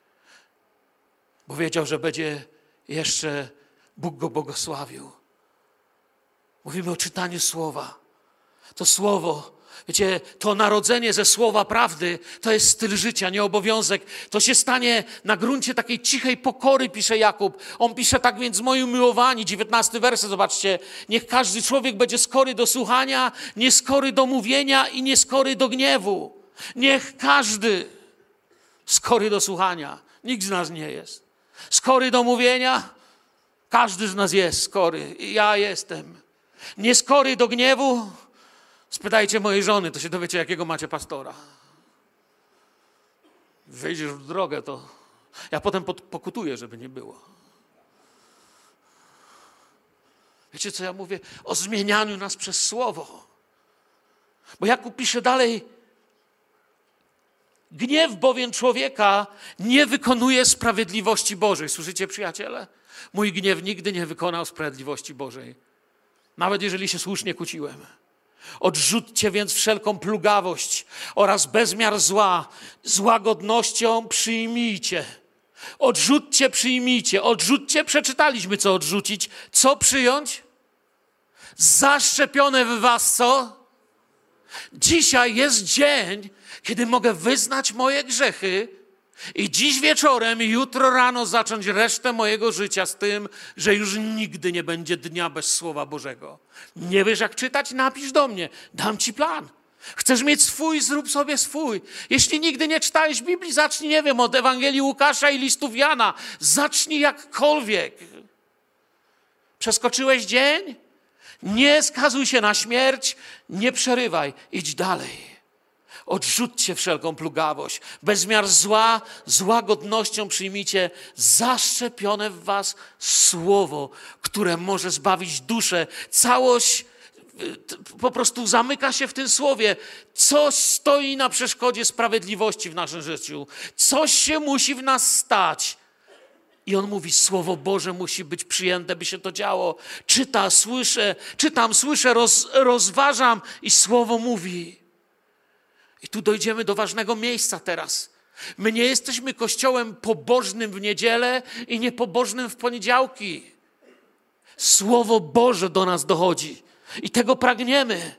Speaker 1: Bo wiedział, że będzie jeszcze Bóg go błogosławił. Mówimy o czytaniu słowa. To słowo, wiecie, to narodzenie ze słowa prawdy, to jest styl życia, nie obowiązek. To się stanie na gruncie takiej cichej pokory, pisze Jakub. On pisze, tak więc moi umiłowani, dziewiętnasty werset, zobaczcie. Niech każdy człowiek będzie skory do słuchania, nieskory do mówienia i nieskory do gniewu. Niech każdy skory do słuchania. Nikt z nas nie jest. Skory do mówienia, każdy z nas jest skory. I ja jestem. Nieskory do gniewu, Spytajcie mojej żony, to się dowiecie, jakiego macie pastora. Wyjdziesz w drogę, to ja potem pokutuję, żeby nie było. Wiecie, co ja mówię? O zmienianiu nas przez słowo. Bo Jakub pisze dalej, gniew bowiem człowieka nie wykonuje sprawiedliwości Bożej. Słyszycie, przyjaciele? Mój gniew nigdy nie wykonał sprawiedliwości Bożej. Nawet jeżeli się słusznie kłóciłem. Odrzućcie więc wszelką plugawość oraz bezmiar zła. Z łagodnością przyjmijcie. Odrzućcie, przyjmijcie. Odrzućcie, przeczytaliśmy, co odrzucić. Co przyjąć? Zaszczepione w was co? Dzisiaj jest dzień, kiedy mogę wyznać moje grzechy i dziś wieczorem i jutro rano zacząć resztę mojego życia z tym, że już nigdy nie będzie dnia bez Słowa Bożego. Nie wiesz, jak czytać? Napisz do mnie. Dam ci plan. Chcesz mieć swój? Zrób sobie swój. Jeśli nigdy nie czytałeś Biblii, zacznij, nie wiem, od Ewangelii Łukasza i listów Jana. Zacznij jakkolwiek. Przeskoczyłeś dzień? Nie skazuj się na śmierć, nie przerywaj. Idź dalej. Odrzućcie wszelką plugawość. Bezmiar zła, z łagodnością przyjmijcie zaszczepione w was słowo, które może zbawić duszę. Całość po prostu zamyka się w tym słowie. Coś stoi na przeszkodzie sprawiedliwości w naszym życiu. Coś się musi w nas stać. I on mówi, Słowo Boże musi być przyjęte, by się to działo. Czyta, słyszę, czytam, słyszę, roz, rozważam i Słowo mówi. I tu dojdziemy do ważnego miejsca teraz. My nie jesteśmy kościołem pobożnym w niedzielę i niepobożnym w poniedziałki. Słowo Boże do nas dochodzi i tego pragniemy.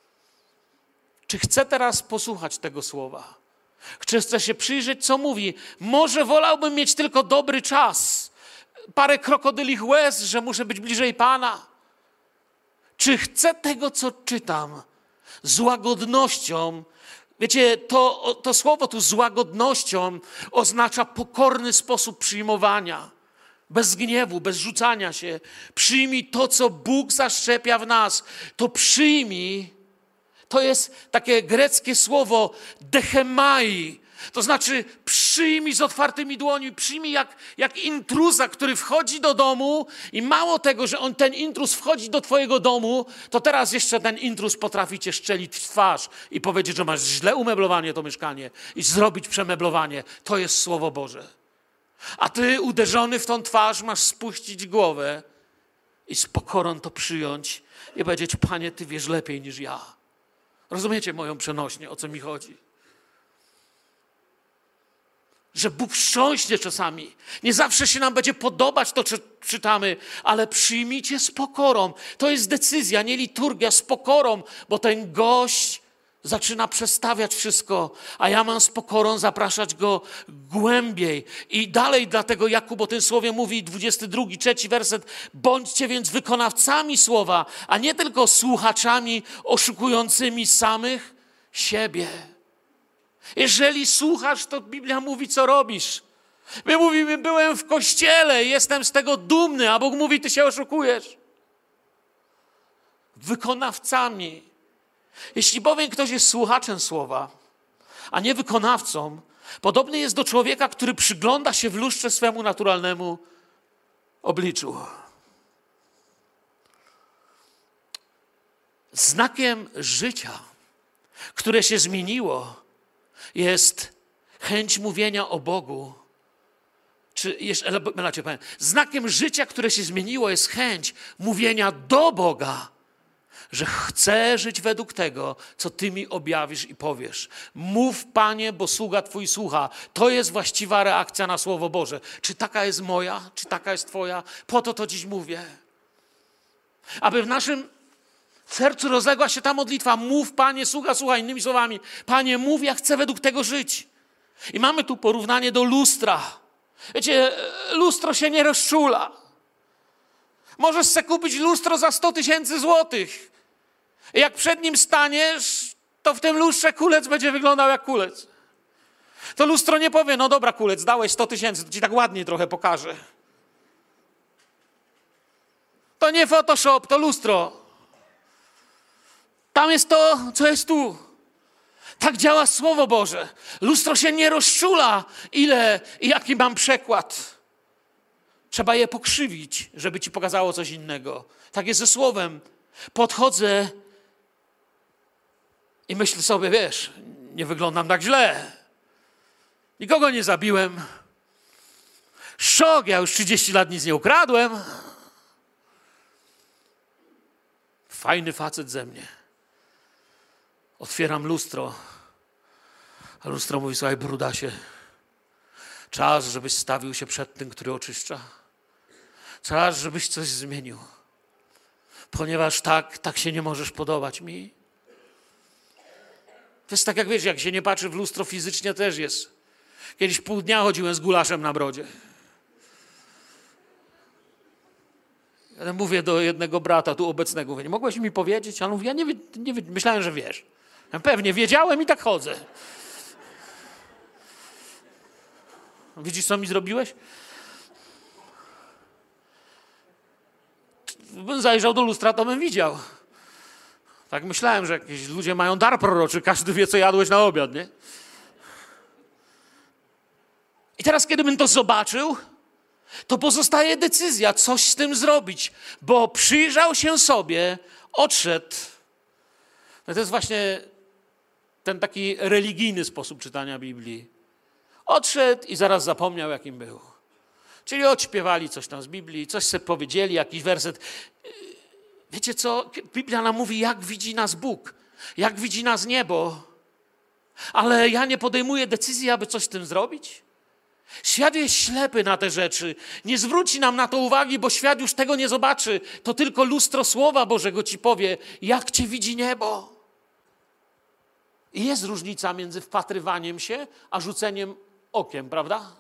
Speaker 1: Czy chcę teraz posłuchać tego słowa? Czy chcę się przyjrzeć, co mówi? Może wolałbym mieć tylko dobry czas, parę krokodylich łez, że muszę być bliżej Pana. Czy chcę tego, co czytam, z łagodnością? Wiecie, to, to słowo tu z łagodnością oznacza pokorny sposób przyjmowania. Bez gniewu, bez rzucania się. Przyjmij to, co Bóg zaszczepia w nas. To przyjmij. To jest takie greckie słowo dechemai. To znaczy przyjmij z otwartymi dłońmi, przyjmij jak, jak intruza, który wchodzi do domu i mało tego, że on, ten intruz wchodzi do twojego domu, to teraz jeszcze ten intruz potrafi cię szczelić w twarz i powiedzieć, że masz źle umeblowanie to mieszkanie i zrobić przemeblowanie. To jest Słowo Boże. A ty uderzony w tą twarz masz spuścić głowę i z pokorą to przyjąć i powiedzieć, Panie, Ty wiesz lepiej niż ja. Rozumiecie moją przenośnię, o co mi chodzi? Że Bóg wstrząśnie czasami. Nie zawsze się nam będzie podobać to, co czytamy, ale przyjmijcie z pokorą. To jest decyzja, nie liturgia, z pokorą, bo ten gość zaczyna przestawiać wszystko, a ja mam z pokorą zapraszać go głębiej. I dalej dlatego Jakub o tym słowie mówi, dwudziesty drugi, trzeci werset, bądźcie więc wykonawcami słowa, a nie tylko słuchaczami oszukującymi samych siebie. Jeżeli słuchasz, to Biblia mówi, co robisz. My mówimy, byłem w kościele, jestem z tego dumny, a Bóg mówi, ty się oszukujesz. Wykonawcami. Jeśli bowiem ktoś jest słuchaczem słowa, a nie wykonawcą, podobny jest do człowieka, który przygląda się w lustrze swemu naturalnemu obliczu. Znakiem życia, które się zmieniło, jest chęć mówienia o Bogu. Czy jeszcze, powiem, znakiem życia, które się zmieniło, jest chęć mówienia do Boga, że chcę żyć według tego, co Ty mi objawisz i powiesz. Mów, Panie, bo sługa Twój słucha. To jest właściwa reakcja na Słowo Boże. Czy taka jest moja? Czy taka jest Twoja? Po to to dziś mówię. Aby w naszym sercu rozległa się ta modlitwa. Mów, Panie, sługa, słuchaj. Innymi słowami, Panie, mów, ja chcę według tego żyć. I mamy tu porównanie do lustra. Wiecie, lustro się nie rozczula. Możesz sobie kupić lustro za sto tysięcy złotych. Jak przed nim staniesz, to w tym lustrze kulec będzie wyglądał jak kulec. To lustro nie powie, no dobra kulec, dałeś sto tysięcy, to ci tak ładnie trochę pokażę. To nie Photoshop, to lustro. Tam jest to, co jest tu. Tak działa Słowo Boże. Lustro się nie rozczula, ile i jaki mam przekład. Trzeba je pokrzywić, żeby ci pokazało coś innego. Tak jest ze Słowem. Podchodzę i myślę sobie, wiesz, nie wyglądam tak źle. Nikogo nie zabiłem. Szok, ja już trzydzieści lat nic nie ukradłem. Fajny facet ze mnie. Otwieram lustro. A lustro mówi, słuchaj, brudasie, czas, żebyś stawił się przed tym, który oczyszcza. Czas, żebyś coś zmienił. Ponieważ tak, tak się nie możesz podobać mi. To jest tak, jak wiesz, jak się nie patrzy w lustro fizycznie, też jest. Kiedyś pół dnia chodziłem z gulaszem na brodzie. Ja mówię do jednego brata tu obecnego, mówię, nie mogłeś mi powiedzieć? A on mówi, ja nie, nie myślałem, że wiesz. Ja pewnie wiedziałem i tak chodzę. Widzisz, co mi zrobiłeś? Bym zajrzał do lustra, to bym widział. Tak myślałem, że jakieś ludzie mają dar proroczy, każdy wie, co jadłeś na obiad, nie? I teraz, kiedy bym to zobaczył, to pozostaje decyzja, coś z tym zrobić, bo przyjrzał się sobie, odszedł. No to jest właśnie ten taki religijny sposób czytania Biblii. Odszedł i zaraz zapomniał, jakim był. Czyli odśpiewali coś tam z Biblii, coś sobie powiedzieli, jakiś werset. Wiecie co? Biblia nam mówi, jak widzi nas Bóg, jak widzi nas niebo. Ale ja nie podejmuję decyzji, aby coś z tym zrobić. Świat jest ślepy na te rzeczy. Nie zwróci nam na to uwagi, bo świat już tego nie zobaczy. To tylko lustro Słowa Bożego ci powie, jak cię widzi niebo. I jest różnica między wpatrywaniem się, a rzuceniem okiem, prawda?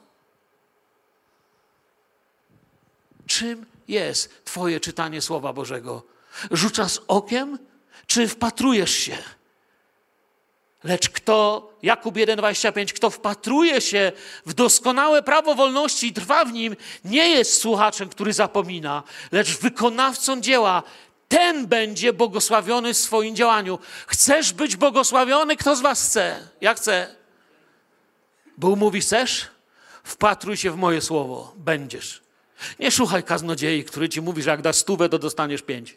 Speaker 1: Czym jest twoje czytanie Słowa Bożego? Rzucasz okiem, czy wpatrujesz się? Lecz kto, Jakub jeden dwadzieścia pięć, kto wpatruje się w doskonałe prawo wolności i trwa w nim, nie jest słuchaczem, który zapomina, lecz wykonawcą dzieła. Ten będzie błogosławiony w swoim działaniu. Chcesz być błogosławiony? Kto z was chce? Ja chcę. Bóg mówi, chcesz? Wpatruj się w moje słowo. Będziesz. Nie słuchaj kaznodziei, który ci mówi, że jak dasz stówę, to dostaniesz pięć.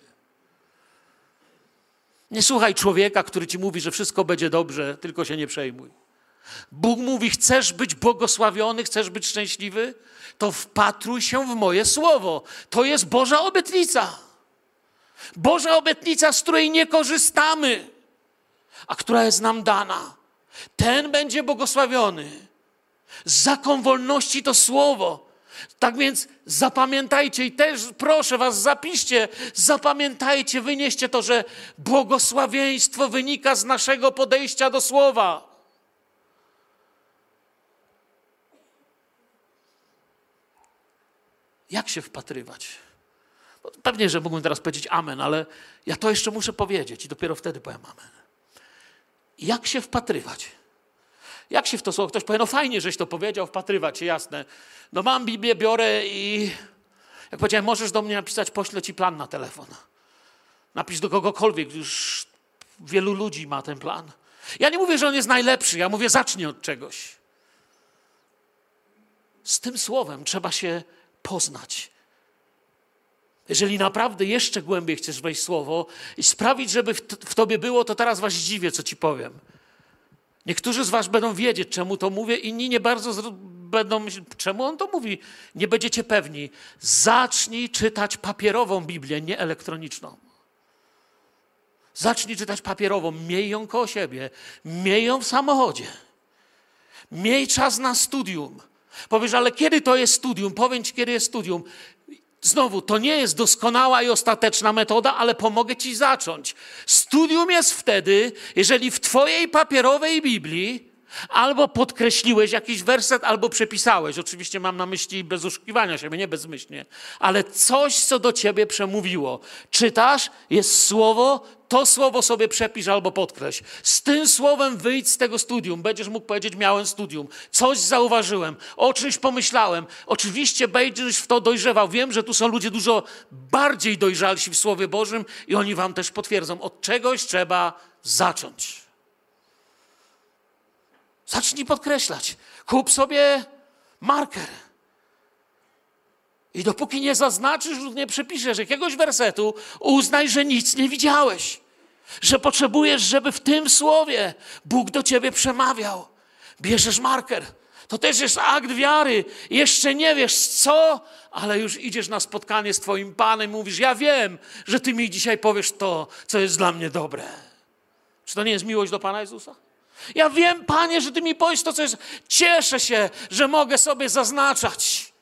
Speaker 1: Nie słuchaj człowieka, który ci mówi, że wszystko będzie dobrze, tylko się nie przejmuj. Bóg mówi, chcesz być błogosławiony, chcesz być szczęśliwy? To wpatruj się w moje słowo. To jest Boża obietnica. Boża obietnica, z której nie korzystamy, a która jest nam dana. Ten będzie błogosławiony. Zakon wolności to słowo. Tak więc zapamiętajcie i też proszę was, zapiszcie, zapamiętajcie, wynieście to, że błogosławieństwo wynika z naszego podejścia do słowa. Jak się wpatrywać? Pewnie, że mógłbym teraz powiedzieć amen, ale ja to jeszcze muszę powiedzieć i dopiero wtedy powiem amen. Jak się wpatrywać? Jak się w to słowo? Ktoś powie, no fajnie, żeś to powiedział, wpatrywać się, jasne. No mam Biblię, biorę i jak powiedziałem, możesz do mnie napisać, poślę ci plan na telefon. Napisz do kogokolwiek, już wielu ludzi ma ten plan. Ja nie mówię, że on jest najlepszy, ja mówię, zacznij od czegoś. Z tym słowem trzeba się poznać. Jeżeli naprawdę jeszcze głębiej chcesz wejść w słowo i sprawić, żeby w, t- w tobie było, to teraz was zdziwię, co ci powiem. Niektórzy z was będą wiedzieć, czemu to mówię, inni nie bardzo zr- będą myśleć, czemu on to mówi. Nie będziecie pewni. Zacznij czytać papierową Biblię, nie elektroniczną. Zacznij czytać papierową, miej ją koło siebie, miej ją w samochodzie. Miej czas na studium. Powiesz, ale kiedy to jest studium? Powiem ci, kiedy jest studium. Znowu, to nie jest doskonała i ostateczna metoda, ale pomogę ci zacząć. Studium jest wtedy, jeżeli w twojej papierowej Biblii Albo podkreśliłeś jakiś werset, albo przepisałeś. Oczywiście mam na myśli bez oszukiwania siebie, nie bezmyślnie. Ale coś, co do ciebie przemówiło. Czytasz, jest słowo, to słowo sobie przepisz albo podkreśl. Z tym słowem wyjdź z tego studium. Będziesz mógł powiedzieć, miałem studium. Coś zauważyłem, o czymś pomyślałem. Oczywiście będziesz w to dojrzewał. Wiem, że tu są ludzie dużo bardziej dojrzalsi w Słowie Bożym i oni wam też potwierdzą. Od czegoś trzeba zacząć. Zacznij podkreślać. Kup sobie marker. I dopóki nie zaznaczysz lub nie przepiszesz jakiegoś wersetu, uznaj, że nic nie widziałeś. Że potrzebujesz, żeby w tym słowie Bóg do ciebie przemawiał. Bierzesz marker. To też jest akt wiary. Jeszcze nie wiesz co, ale już idziesz na spotkanie z twoim Panem i mówisz, ja wiem, że ty mi dzisiaj powiesz to, co jest dla mnie dobre. Czy to nie jest miłość do Pana Jezusa? Ja wiem, Panie, że Ty mi powiesz to, co jest. Cieszę się, że mogę sobie zaznaczać.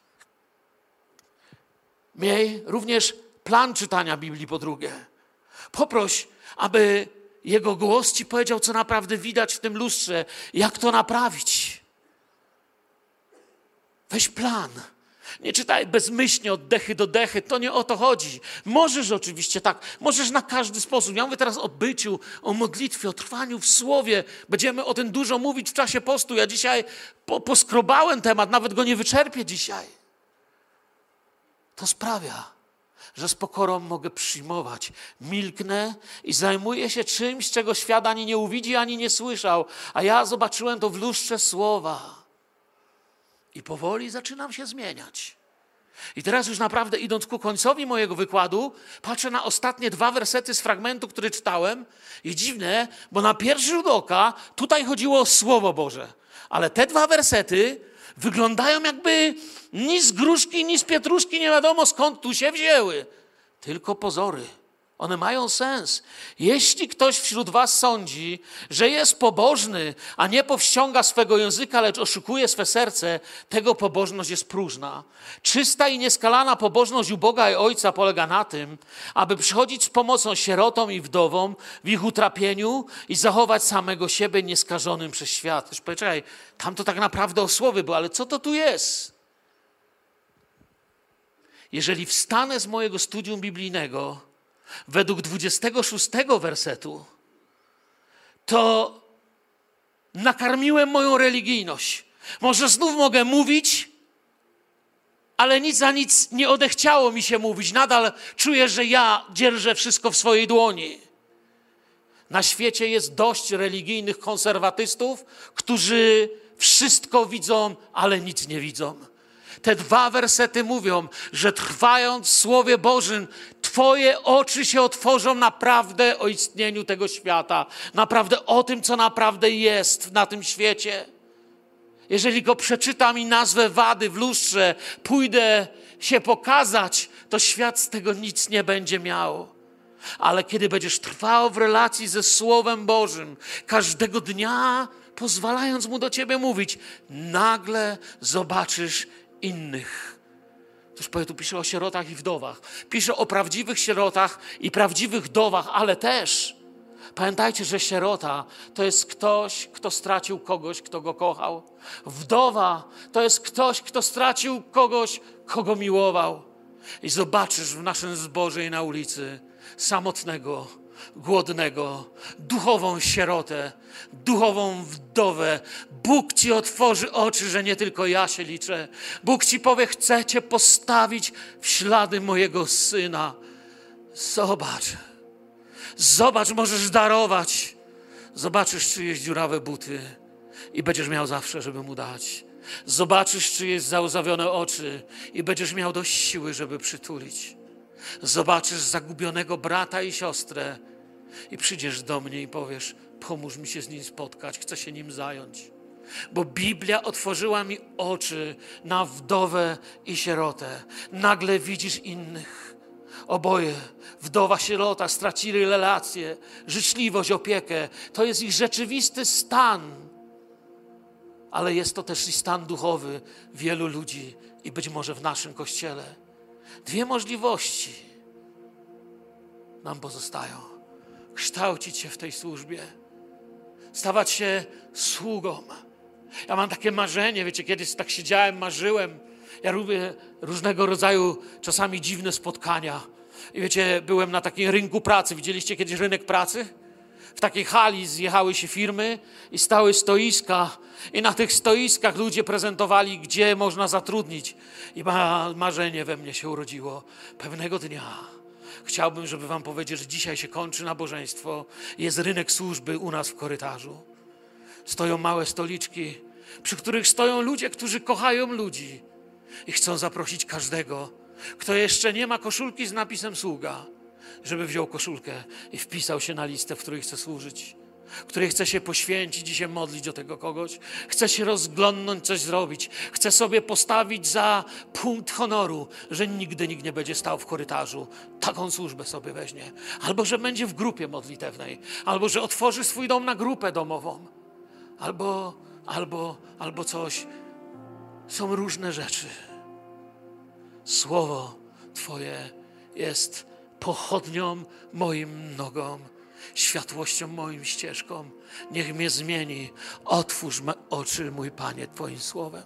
Speaker 1: Miej również plan czytania Biblii po drugie. Poproś, aby Jego głos Ci powiedział, co naprawdę widać w tym lustrze, jak to naprawić. Weź plan. Nie czytaj bezmyślnie od dechy do dechy, to nie o to chodzi. Możesz oczywiście tak, możesz na każdy sposób. Ja mówię teraz o byciu, o modlitwie, o trwaniu w Słowie. Będziemy o tym dużo mówić w czasie postu. Ja dzisiaj po, poskrobałem temat, nawet go nie wyczerpię dzisiaj. To sprawia, że z pokorą mogę przyjmować. Milknę i zajmuję się czymś, czego świat ani nie uwidzi, ani nie słyszał. A ja zobaczyłem to w lustrze Słowa. I powoli zaczynam się zmieniać. I teraz już naprawdę idąc ku końcowi mojego wykładu, patrzę na ostatnie dwa wersety z fragmentu, który czytałem. I dziwne, bo na pierwszy rzut oka tutaj chodziło o Słowo Boże. Ale te dwa wersety wyglądają jakby ni z gruszki, ni z pietruszki, nie wiadomo skąd tu się wzięły. Tylko pozory. One mają sens. Jeśli ktoś wśród was sądzi, że jest pobożny, a nie powściąga swego języka, lecz oszukuje swe serce, tego pobożność jest próżna. Czysta i nieskalana pobożność u Boga i Ojca polega na tym, aby przychodzić z pomocą sierotom i wdowom w ich utrapieniu i zachować samego siebie nieskażonym przez świat. Już poczekaj, tam to tak naprawdę o słowie było, ale co to tu jest? Jeżeli wstanę z mojego studium biblijnego według dwudziestego szóstego wersetu, to nakarmiłem moją religijność. Może znów mogę mówić, ale nic za nic nie odechciało mi się mówić. Nadal czuję, że ja dzierżę wszystko w swojej dłoni. Na świecie jest dość religijnych konserwatystów, którzy wszystko widzą, ale nic nie widzą. Te dwa wersety mówią, że trwając w Słowie Bożym, twoje oczy się otworzą naprawdę o istnieniu tego świata. Naprawdę o tym, co naprawdę jest na tym świecie. Jeżeli go przeczytam i nazwę wady w lustrze, pójdę się pokazać, to świat z tego nic nie będzie miał. Ale kiedy będziesz trwał w relacji ze Słowem Bożym, każdego dnia pozwalając mu do ciebie mówić, nagle zobaczysz innych. Ktoś powie, tu pisze o sierotach i wdowach. Pisze o prawdziwych sierotach i prawdziwych wdowach, ale też pamiętajcie, że sierota to jest ktoś, kto stracił kogoś, kto go kochał. Wdowa to jest ktoś, kto stracił kogoś, kogo miłował. I zobaczysz w naszym zborze i na ulicy samotnego, głodnego, duchową sierotę, duchową wdowę. Bóg ci otworzy oczy, że nie tylko ja się liczę. Bóg ci powie, chcę cię postawić w ślady mojego Syna. Zobacz. Zobacz, możesz darować. Zobaczysz czyjeś dziurawe buty i będziesz miał zawsze, żeby mu dać. Zobaczysz czyjeś załzawione oczy i będziesz miał dość siły, żeby przytulić. Zobaczysz zagubionego brata i siostrę i przyjdziesz do mnie i powiesz, pomóż mi się z nim spotkać, chcę się nim zająć. Bo Biblia otworzyła mi oczy na wdowę i sierotę. Nagle widzisz innych. Oboje, wdowa, sierota, stracili relacje, życzliwość, opiekę. To jest ich rzeczywisty stan. Ale jest to też i stan duchowy wielu ludzi i być może w naszym Kościele. Dwie możliwości nam pozostają. Kształcić się w tej służbie, stawać się sługą. Ja mam takie marzenie, wiecie, kiedyś tak siedziałem, marzyłem. Ja lubię różnego rodzaju, czasami dziwne spotkania. I wiecie, byłem na takim rynku pracy. Widzieliście kiedyś rynek pracy? W takiej hali zjechały się firmy i stały stoiska. I na tych stoiskach ludzie prezentowali, gdzie można zatrudnić. I ma, marzenie we mnie się urodziło. Pewnego dnia chciałbym, żeby wam powiedzieć, że dzisiaj się kończy nabożeństwo. Jest rynek służby u nas w korytarzu. Stoją małe stoliczki, przy których stoją ludzie, którzy kochają ludzi i chcą zaprosić każdego, kto jeszcze nie ma koszulki z napisem sługa, żeby wziął koszulkę i wpisał się na listę, w której chce służyć, w której chce się poświęcić i się modlić o tego kogoś, chce się rozglądnąć, coś zrobić, chce sobie postawić za punkt honoru, że nigdy nikt nie będzie stał w korytarzu. Taką służbę sobie weźmie. Albo że będzie w grupie modlitewnej, albo że otworzy swój dom na grupę domową. Albo, albo, albo coś. Są różne rzeczy. Słowo Twoje jest pochodnią moim nogom, światłością moim ścieżkom. Niech mnie zmieni. Otwórz me oczy, mój Panie, Twoim słowem.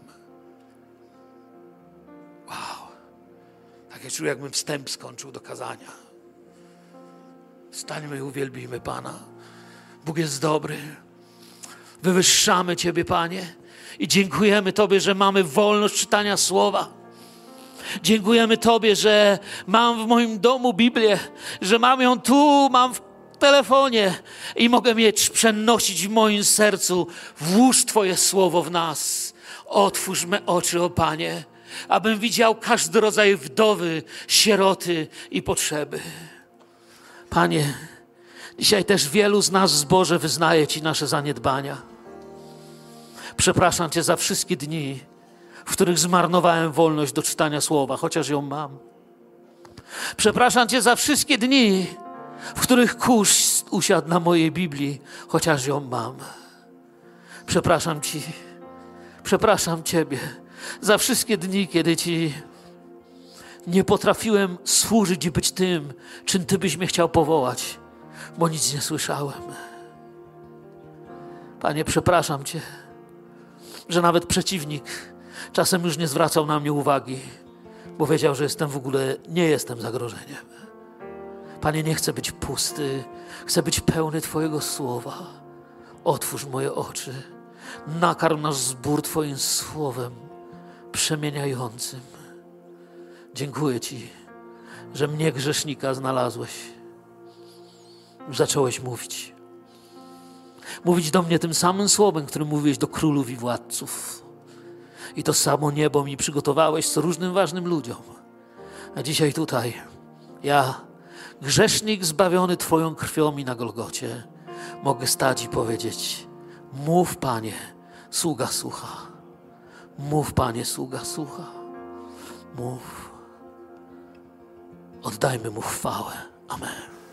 Speaker 1: Wow. Takie czuję, jakbym wstęp skończył do kazania. Stańmy i uwielbijmy Pana. Bóg jest dobry. Wywyższamy Ciebie, Panie, i dziękujemy Tobie, że mamy wolność czytania Słowa. Dziękujemy Tobie, że mam w moim domu Biblię, że mam ją tu, mam w telefonie i mogę mieć, przenosić w moim sercu. Włóż Twoje Słowo w nas. Otwórz me oczy, o Panie, abym widział każdy rodzaj wdowy, sieroty i potrzeby. Panie, dzisiaj też wielu z nas, zboże, wyznaje Ci nasze zaniedbania. Przepraszam Cię za wszystkie dni, w których zmarnowałem wolność do czytania Słowa, chociaż ją mam. Przepraszam Cię za wszystkie dni, w których kurz usiadł na mojej Biblii, chociaż ją mam. Przepraszam Ci, przepraszam Ciebie za wszystkie dni, kiedy Ci nie potrafiłem służyć i być tym, czym Ty byś mnie chciał powołać, bo nic nie słyszałem. Panie, przepraszam Cię, że nawet przeciwnik czasem już nie zwracał na mnie uwagi, bo wiedział, że jestem w ogóle, nie jestem zagrożeniem. Panie, nie chcę być pusty, chcę być pełny Twojego Słowa. Otwórz moje oczy, nakarm nasz zbór Twoim Słowem przemieniającym. Dziękuję Ci, że mnie, grzesznika, znalazłeś. Zacząłeś mówić. Mówić do mnie tym samym słowem, którym mówiłeś do królów i władców. I to samo niebo mi przygotowałeś z różnym ważnym ludziom. A dzisiaj tutaj ja, grzesznik zbawiony Twoją krwią i na Golgocie, mogę stać i powiedzieć: mów, Panie, sługa słucha. Mów, Panie, sługa słucha. Mów. Oddajmy Mu chwałę. Amen.